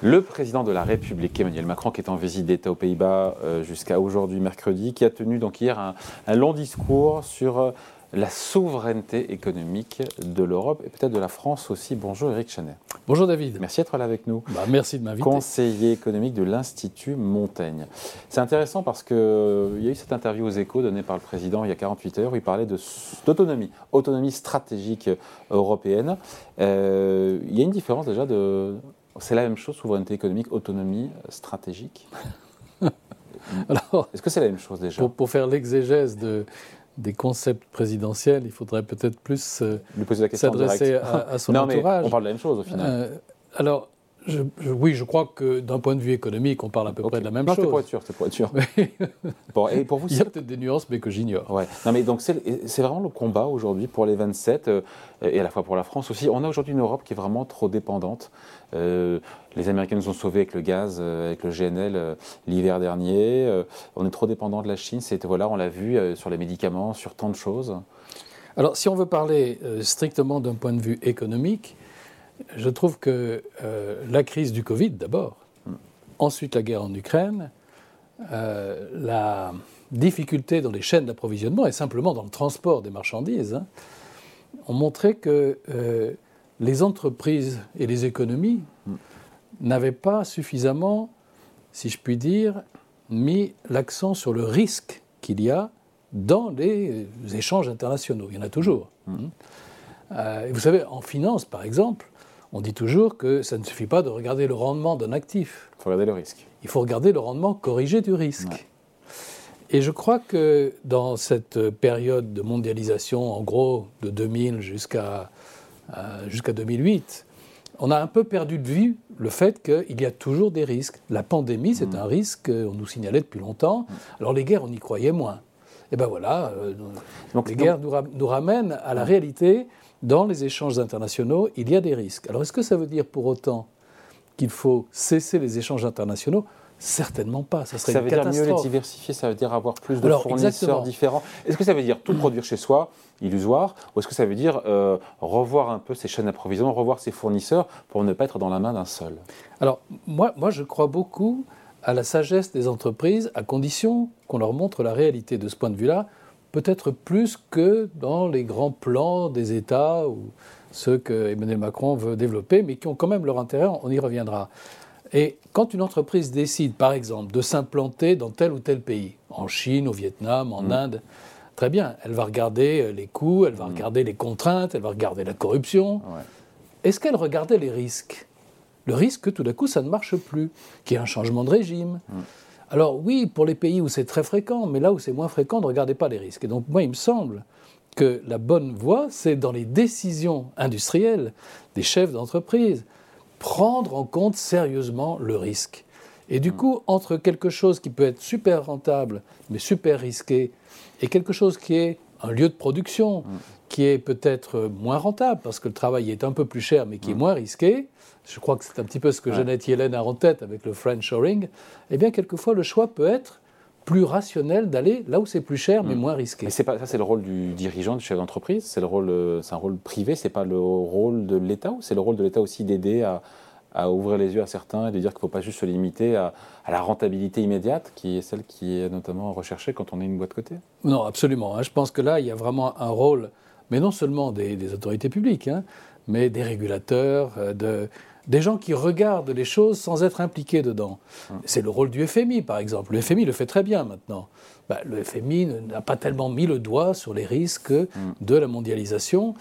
Le président de la République, Emmanuel Macron, qui est en visite d'État aux Pays-Bas jusqu'à aujourd'hui, mercredi, qui a tenu donc hier un long discours sur la souveraineté économique de l'Europe et peut-être de la France aussi. Bonjour Éric Chanet. Bonjour David. Merci d'être là avec nous. Merci de m'inviter. Conseiller économique de l'Institut Montaigne. C'est intéressant parce qu'il y a eu cette interview aux Échos donnée par le président il y a 48 heures où il parlait d'autonomie, autonomie stratégique européenne. Il y a une différence déjà de... C'est la même chose, souveraineté économique, autonomie stratégique. Alors, est-ce que c'est la même chose déjà ? Pour faire l'exégèse des concepts présidentiels, il faudrait peut-être plus lui poser la question s'adresser à son entourage. Mais on parle de la même chose au final. Alors, oui, je crois que d'un point de vue économique, on parle à peu près de la même chose. C'est pour être sûr. Bon, et pour vous, il y a peut-être des nuances, mais que j'ignore. Ouais. Non, mais donc c'est vraiment le combat aujourd'hui pour les 27 et à la fois pour la France aussi. On a aujourd'hui une Europe qui est vraiment trop dépendante. Les Américains nous ont sauvés avec le gaz, avec le GNL l'hiver dernier. On est trop dépendant de la Chine. On l'a vu sur les médicaments, sur tant de choses. Alors, si on veut parler strictement d'un point de vue économique, je trouve que la crise du Covid, d'abord, ensuite la guerre en Ukraine, la difficulté dans les chaînes d'approvisionnement et simplement dans le transport des marchandises, ont montré que les entreprises et les économies n'avaient pas suffisamment, si je puis dire, mis l'accent sur le risque qu'il y a dans les échanges internationaux. Il y en a toujours. Vous savez, en finance, par exemple, on dit toujours que ça ne suffit pas de regarder le rendement d'un actif. Il faut regarder le risque. Il faut regarder le rendement corrigé du risque. Ouais. Et je crois que dans cette période de mondialisation, en gros, de 2000 jusqu'à 2008, on a un peu perdu de vue le fait qu'il y a toujours des risques. La pandémie, c'est un risque qu'on nous signalait depuis longtemps. Alors les guerres, on y croyait moins. Et ben voilà, les guerres nous ramènent à la réalité. Dans les échanges internationaux, il y a des risques. Alors, est-ce que ça veut dire pour autant qu'il faut cesser les échanges internationaux ? Certainement pas. Ça serait une catastrophe. Ça veut dire mieux les diversifier, ça veut dire avoir plus de fournisseurs différents. Est-ce que ça veut dire tout produire chez soi, illusoire, ou est-ce que ça veut dire revoir un peu ces chaînes d'approvisionnement, revoir ces fournisseurs pour ne pas être dans la main d'un seul ? Alors, moi, je crois beaucoup à la sagesse des entreprises, à condition qu'on leur montre la réalité de ce point de vue-là, peut-être plus que dans les grands plans des États ou ceux que Emmanuel Macron veut développer, mais qui ont quand même leur intérêt, on y reviendra. Et quand une entreprise décide, par exemple, de s'implanter dans tel ou tel pays, en Chine, au Vietnam, en Inde, très bien, elle va regarder les coûts, elle va regarder les contraintes, elle va regarder la corruption. Ouais. Est-ce qu'elle regardait les risques ? Le risque que tout d'un coup, ça ne marche plus, qu'il y ait un changement de régime. Alors oui, pour les pays où c'est très fréquent, mais là où c'est moins fréquent, ne regardez pas les risques. Et donc moi, il me semble que la bonne voie, c'est dans les décisions industrielles des chefs d'entreprise, prendre en compte sérieusement le risque. Et du coup, entre quelque chose qui peut être super rentable, mais super risqué, et quelque chose qui est un lieu de production, qui est peut-être moins rentable, parce que le travail est un peu plus cher, mais qui est moins risqué, je crois que c'est un petit peu ce que Janet Yellen a en tête avec le friendshoring, eh bien, quelquefois, le choix peut être plus rationnel d'aller là où c'est plus cher, mais moins risqué. Mais c'est le rôle du dirigeant, du chef d'entreprise, c'est un rôle privé, c'est pas le rôle de l'État, ou c'est le rôle de l'État aussi d'aider à ouvrir les yeux à certains et de dire qu'il ne faut pas juste se limiter à la rentabilité immédiate, qui est celle qui est notamment recherchée quand on est une boîte cotée ? Non, absolument. Je pense que là, il y a vraiment un rôle, mais non seulement des autorités publiques, mais des régulateurs, des gens qui regardent les choses sans être impliqués dedans. C'est le rôle du FMI, par exemple. Le FMI le fait très bien maintenant. Le FMI n'a pas tellement mis le doigt sur les risques de la mondialisation.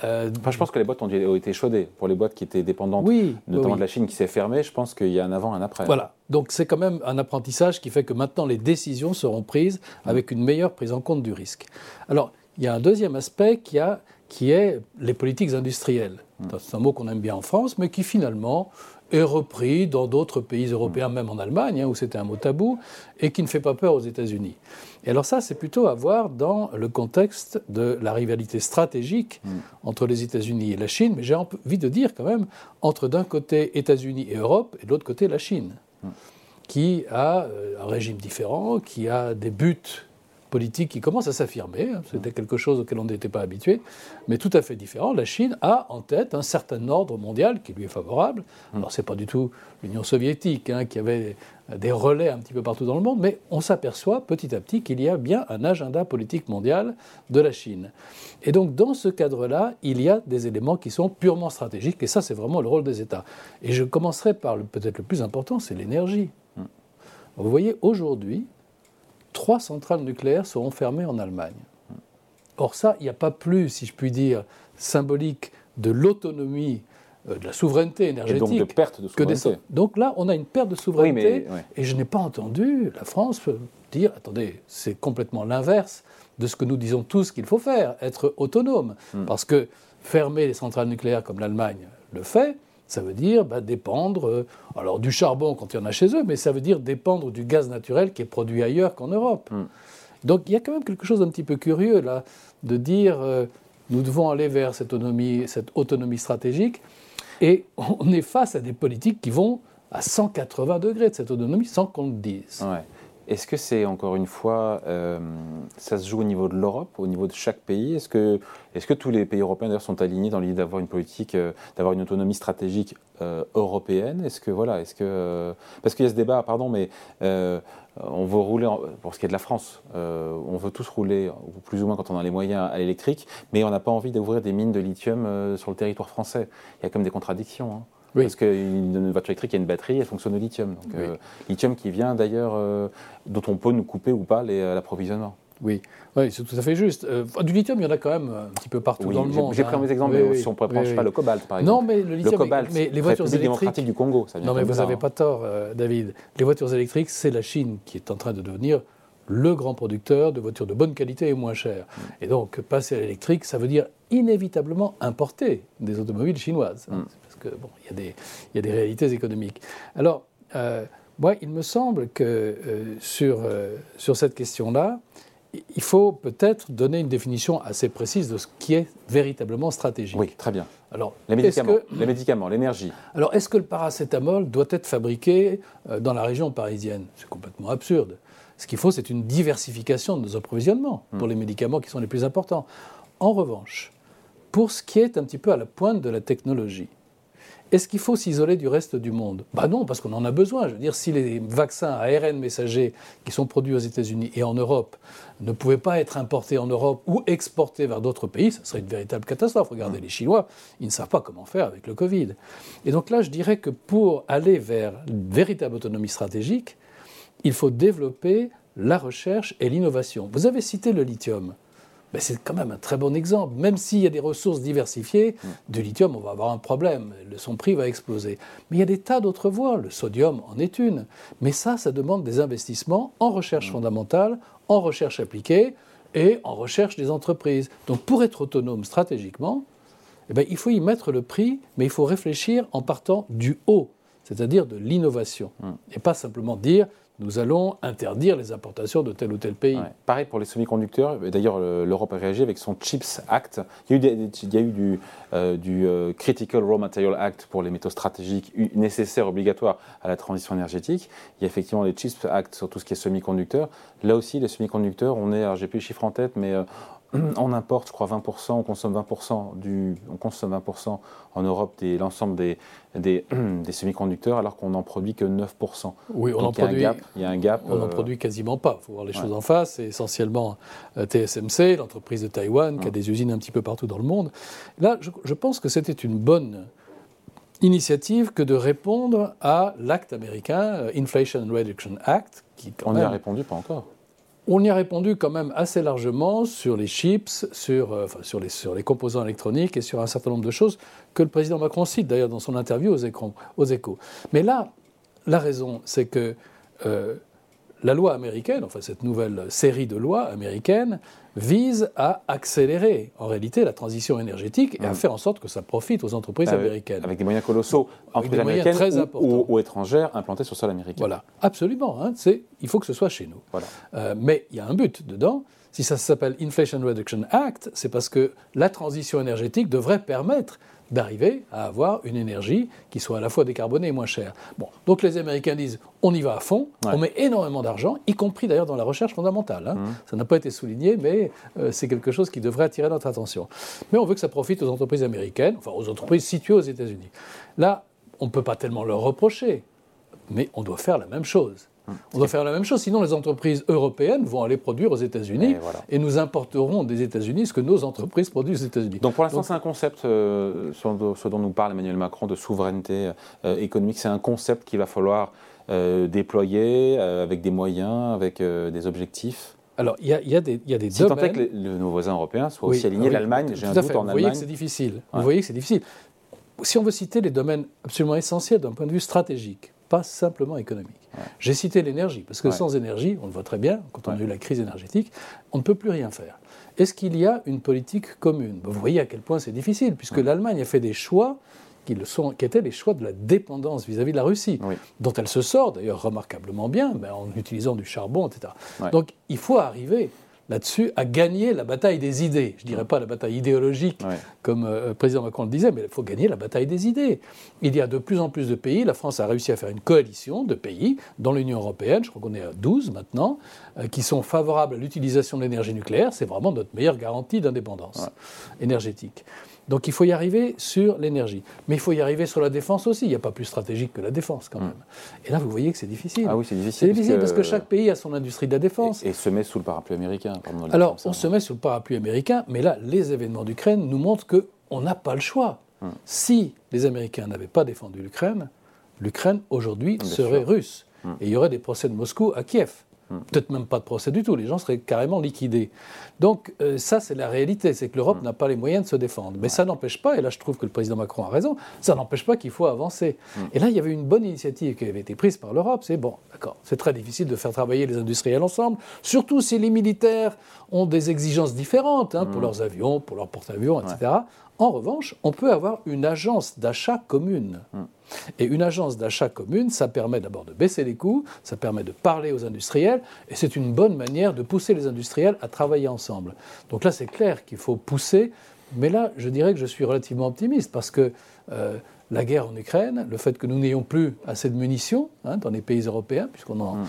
Je pense que les boîtes ont été échaudées. Pour les boîtes qui étaient dépendantes, notamment de la Chine qui s'est fermée, je pense qu'il y a un avant et un après. Voilà. Donc c'est quand même un apprentissage qui fait que maintenant les décisions seront prises avec une meilleure prise en compte du risque. Alors, il y a un deuxième aspect qui est les politiques industrielles. C'est un mot qu'on aime bien en France, mais qui finalement est repris dans d'autres pays européens, même en Allemagne, où c'était un mot tabou, et qui ne fait pas peur aux États-Unis. Et alors ça, c'est plutôt à voir dans le contexte de la rivalité stratégique entre les États-Unis et la Chine, mais j'ai envie de dire quand même, entre d'un côté États-Unis et Europe, et de l'autre côté la Chine, qui a un régime différent, qui a des buts politique qui commence à s'affirmer. C'était quelque chose auquel on n'était pas habitué, mais tout à fait différent. La Chine a en tête un certain ordre mondial qui lui est favorable. Alors, ce n'est pas du tout l'Union soviétique qui avait des relais un petit peu partout dans le monde, mais on s'aperçoit petit à petit qu'il y a bien un agenda politique mondial de la Chine. Et donc, dans ce cadre-là, il y a des éléments qui sont purement stratégiques, et ça, c'est vraiment le rôle des États. Et je commencerai par peut-être le plus important, c'est l'énergie. Vous voyez, aujourd'hui, 3 centrales nucléaires seront fermées en Allemagne. Or ça, il n'y a pas plus, si je puis dire, symbolique de l'autonomie, de la souveraineté énergétique. Et donc de perte de souveraineté. Donc là, on a une perte de souveraineté, oui, mais, et je n'ai pas entendu la France dire, attendez, c'est complètement l'inverse de ce que nous disons tous qu'il faut faire, être autonome. Parce que fermer les centrales nucléaires comme l'Allemagne le fait, ça veut dire dépendre, alors du charbon quand il y en a chez eux, mais ça veut dire dépendre du gaz naturel qui est produit ailleurs qu'en Europe. Donc il y a quand même quelque chose d'un petit peu curieux là, de dire nous devons aller vers cette autonomie stratégique, et on est face à des politiques qui vont à 180 degrés de cette autonomie sans qu'on le dise. Ouais. Est-ce que c'est, encore une fois, ça se joue au niveau de l'Europe, au niveau de chaque pays ? Est-ce que tous les pays européens d'ailleurs sont alignés dans l'idée d'avoir une politique, d'avoir une autonomie stratégique européenne ? Parce qu'il y a ce débat, mais on veut rouler, pour ce qui est de la France, on veut tous rouler, ou plus ou moins quand on a les moyens, à l'électrique, mais on n'a pas envie d'ouvrir des mines de lithium sur le territoire français. Il y a quand même des contradictions, Oui. Parce qu'une voiture électrique, il y a une batterie, elle fonctionne au lithium. Donc, lithium qui vient d'ailleurs, dont on peut nous couper ou pas l'approvisionnement. Oui, c'est tout à fait juste. Du lithium, il y en a quand même un petit peu partout dans le monde. J'ai pris un exemple, mais si on pourrait prendre le cobalt, par exemple. Non, mais le lithium, mais les voitures électriques. Démocratique du Congo, ça vient. Non, mais vous n'avez pas tort, David. Les voitures électriques, c'est la Chine qui est en train de devenir le grand producteur de voitures de bonne qualité et moins chères. Et donc, passer à l'électrique, ça veut dire inévitablement importer des automobiles chinoises. Parce que, il y a des réalités économiques. Alors, moi, il me semble que sur cette question-là, il faut peut-être donner une définition assez précise de ce qui est véritablement stratégique. Oui, très bien. Alors, les médicaments, l'énergie. Alors, est-ce que le paracétamol doit être fabriqué dans la région parisienne ? C'est complètement absurde. Ce qu'il faut, c'est une diversification de nos approvisionnements pour les médicaments qui sont les plus importants. En revanche, pour ce qui est un petit peu à la pointe de la technologie, est-ce qu'il faut s'isoler du reste du monde ? Non, parce qu'on en a besoin. Je veux dire, si les vaccins à ARN messager qui sont produits aux États-Unis et en Europe ne pouvaient pas être importés en Europe ou exportés vers d'autres pays, ça serait une véritable catastrophe. Regardez les Chinois, ils ne savent pas comment faire avec le Covid. Et donc là, je dirais que pour aller vers une véritable autonomie stratégique, il faut développer la recherche et l'innovation. Vous avez cité le lithium. C'est quand même un très bon exemple. Même s'il y a des ressources diversifiées, du lithium, on va avoir un problème. Son prix va exploser. Mais il y a des tas d'autres voies. Le sodium en est une. Mais ça demande des investissements en recherche fondamentale, en recherche appliquée et en recherche des entreprises. Donc pour être autonome stratégiquement, il faut y mettre le prix, mais il faut réfléchir en partant du haut, c'est-à-dire de l'innovation. Et pas simplement dire nous allons interdire les importations de tel ou tel pays. Ouais. Pareil pour les semi-conducteurs. D'ailleurs, l'Europe a réagi avec son CHIPS Act. Il y a eu du Critical Raw Material Act pour les métaux stratégiques nécessaires, obligatoires à la transition énergétique. Il y a effectivement les CHIPS Act sur tout ce qui est semi-conducteurs. Là aussi, les semi-conducteurs, alors j'ai plus les chiffres en tête, mais on importe, je crois, 20%, on consomme 20% en Europe l'ensemble des semi-conducteurs, alors qu'on n'en produit que 9%. Oui, il y a un gap. On n'en produit quasiment pas. Il faut voir les choses en face. C'est essentiellement TSMC, l'entreprise de Taïwan, qui a des usines un petit peu partout dans le monde. Là, je pense que c'était une bonne initiative que de répondre à l'acte américain, Inflation Reduction Act. On y a répondu, pas encore. On y a répondu quand même assez largement sur les chips, sur les composants électroniques et sur un certain nombre de choses que le président Macron cite d'ailleurs dans son interview aux Échos. Mais là, la raison, c'est que la loi américaine, cette nouvelle série de lois américaines, vise à accélérer en réalité la transition énergétique et à faire en sorte que ça profite aux entreprises américaines. Avec des moyens colossaux, entreprises américaines ou étrangères implantées sur le sol américain. Voilà, absolument. Il faut que ce soit chez nous. Voilà. Mais il y a un but dedans. Si ça s'appelle Inflation Reduction Act, c'est parce que la transition énergétique devrait permettre d'arriver à avoir une énergie qui soit à la fois décarbonée et moins chère. Bon, donc les Américains disent on y va à fond, on met énormément d'argent, y compris d'ailleurs dans la recherche fondamentale. Ça n'a pas été souligné, mais c'est quelque chose qui devrait attirer notre attention. Mais on veut que ça profite aux entreprises américaines, enfin aux entreprises situées aux États-Unis. Là, on ne peut pas tellement leur reprocher, mais on doit faire la même chose. On doit faire la même chose, sinon les entreprises européennes vont aller produire aux États-Unis et nous importerons des États-Unis ce que nos entreprises produisent aux États-Unis. Donc pour l'instant, c'est un concept, ce dont nous parle Emmanuel Macron, de souveraineté économique. C'est un concept qu'il va falloir déployer avec des moyens, avec des objectifs. Alors, il y a des domaines... Si tant est que nos voisins européens soient aussi alignés, l'Allemagne, j'ai un doute en Allemagne. Vous voyez que c'est difficile. Vous voyez que c'est difficile. Si on veut citer les domaines absolument essentiels d'un point de vue stratégique, pas simplement économique. J'ai cité l'énergie, parce que sans énergie, on le voit très bien, quand on a eu la crise énergétique, on ne peut plus rien faire. Est-ce qu'il y a une politique commune ? Vous voyez à quel point c'est difficile, puisque l'Allemagne a fait des choix qui étaient les choix de la dépendance vis-à-vis de la Russie, dont elle se sort d'ailleurs remarquablement bien, en utilisant du charbon, etc. Donc il faut arriver là-dessus à gagner la bataille des idées. Je ne dirais pas la bataille idéologique, comme le président Macron le disait, mais il faut gagner la bataille des idées. Il y a de plus en plus de pays. La France a réussi à faire une coalition de pays dans l'Union européenne, je crois qu'on est à 12 maintenant, qui sont favorables à l'utilisation de l'énergie nucléaire. C'est vraiment notre meilleure garantie d'indépendance énergétique. Donc il faut y arriver sur l'énergie. Mais il faut y arriver sur la défense aussi. Il n'y a pas plus stratégique que la défense quand même. Et là, vous voyez que c'est difficile. Ah oui, c'est difficile. C'est difficile parce que chaque pays a son industrie de la défense. Et se met sous le parapluie américain. Alors, on se met sous le parapluie américain, mais là, les événements d'Ukraine nous montrent qu'on n'a pas le choix. Si les Américains n'avaient pas défendu l'Ukraine, l'Ukraine aujourd'hui serait russe. Et il y aurait des procès de Moscou à Kiev. Peut-être même pas de procès du tout, les gens seraient carrément liquidés. Donc ça, c'est la réalité, c'est que l'Europe n'a pas les moyens de se défendre. Mais ça n'empêche pas, et là je trouve que le président Macron a raison, ça n'empêche pas qu'il faut avancer. Et là, il y avait une bonne initiative qui avait été prise par l'Europe, c'est bon, d'accord, c'est très difficile de faire travailler les industriels ensemble, surtout si les militaires ont des exigences différentes pour leurs avions, pour leurs porte-avions, etc. En revanche, on peut avoir une agence d'achat commune. Et une agence d'achat commune, ça permet d'abord de baisser les coûts, ça permet de parler aux industriels, et c'est une bonne manière de pousser les industriels à travailler ensemble. Donc là, c'est clair qu'il faut pousser, mais là, je dirais que je suis relativement optimiste, parce que la guerre en Ukraine, le fait que nous n'ayons plus assez de munitions dans les pays européens, puisqu'on en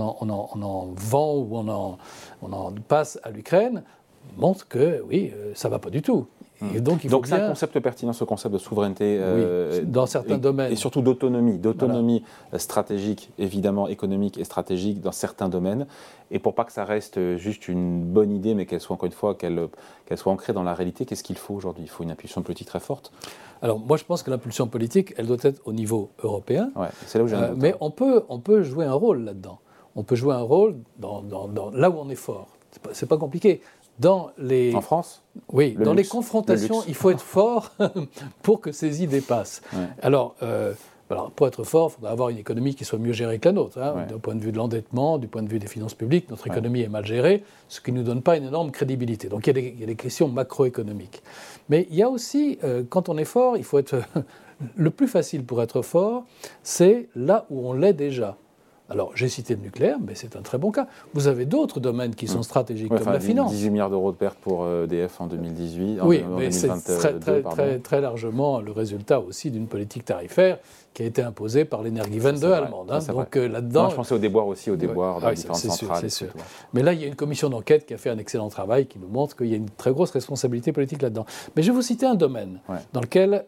vend ou on en passe à l'Ukraine, montre que, oui, ça ne va pas du tout. Et donc c'est un concept pertinent, ce concept de souveraineté dans certains domaines. Et surtout d'autonomie stratégique, évidemment économique et stratégique dans certains domaines. Et pour pas que ça reste juste une bonne idée, mais qu'elle soit encore une fois qu'elle soit ancrée dans la réalité, qu'est-ce qu'il faut aujourd'hui ? Il faut une impulsion politique très forte. Alors moi je pense que l'impulsion politique, elle doit être au niveau européen. C'est là où j'ai un doute. Mais on peut jouer un rôle là-dedans. On peut jouer un rôle dans là où on est fort. C'est pas compliqué. En France ? Oui, dans les confrontations, il faut être fort pour que ces idées passent. Alors, pour être fort, il faudra avoir une économie qui soit mieux gérée que la nôtre. Du point de vue de l'endettement, du point de vue des finances publiques, notre économie est mal gérée, ce qui ne nous donne pas une énorme crédibilité. Donc il y a des questions macroéconomiques. Mais il y a aussi, quand on est fort, il faut être... Le plus facile pour être fort, c'est là où on l'est déjà. Alors, j'ai cité le nucléaire, mais c'est un très bon cas. Vous avez d'autres domaines qui sont stratégiques, comme la finance. 18 milliards d'euros de pertes pour EDF en 2018, oui, en mais 2022, c'est très largement le résultat aussi d'une politique tarifaire qui a été imposée par l'Energiewende allemande. Donc là-dedans... je pensais aux déboires aussi, dans les différentes centrales. C'est sûr. Mais là, il y a une commission d'enquête qui a fait un excellent travail, qui nous montre qu'il y a une très grosse responsabilité politique là-dedans. Mais je vais vous citer un domaine dans lequel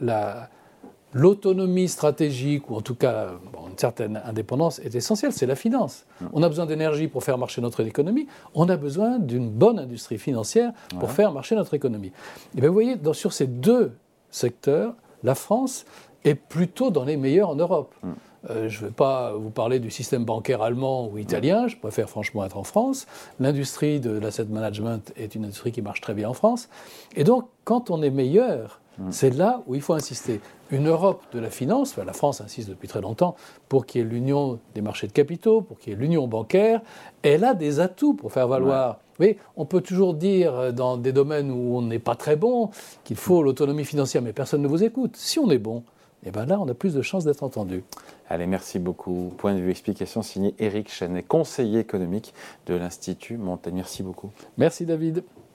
l'autonomie stratégique, ou en tout cas une certaine indépendance, est essentielle, c'est la finance. On a besoin d'énergie pour faire marcher notre économie, on a besoin d'une bonne industrie financière pour faire marcher notre économie. Et bien vous voyez, sur ces deux secteurs, la France est plutôt dans les meilleurs en Europe. Je ne vais pas vous parler du système bancaire allemand ou italien, je préfère franchement être en France. L'industrie de l'asset management est une industrie qui marche très bien en France. Et donc, quand on est meilleur, c'est là où il faut insister. Une Europe de la finance, la France insiste depuis très longtemps pour qu'il y ait l'union des marchés de capitaux, pour qu'il y ait l'union bancaire, elle a des atouts pour faire valoir. Oui, on peut toujours dire dans des domaines où on n'est pas très bon qu'il faut l'autonomie financière, mais personne ne vous écoute. Si on est bon, et bien là, on a plus de chances d'être entendu. Allez, merci beaucoup. Point de vue, explication signé Éric Chenet, conseiller économique de l'Institut Montaigne. Merci beaucoup. Merci David.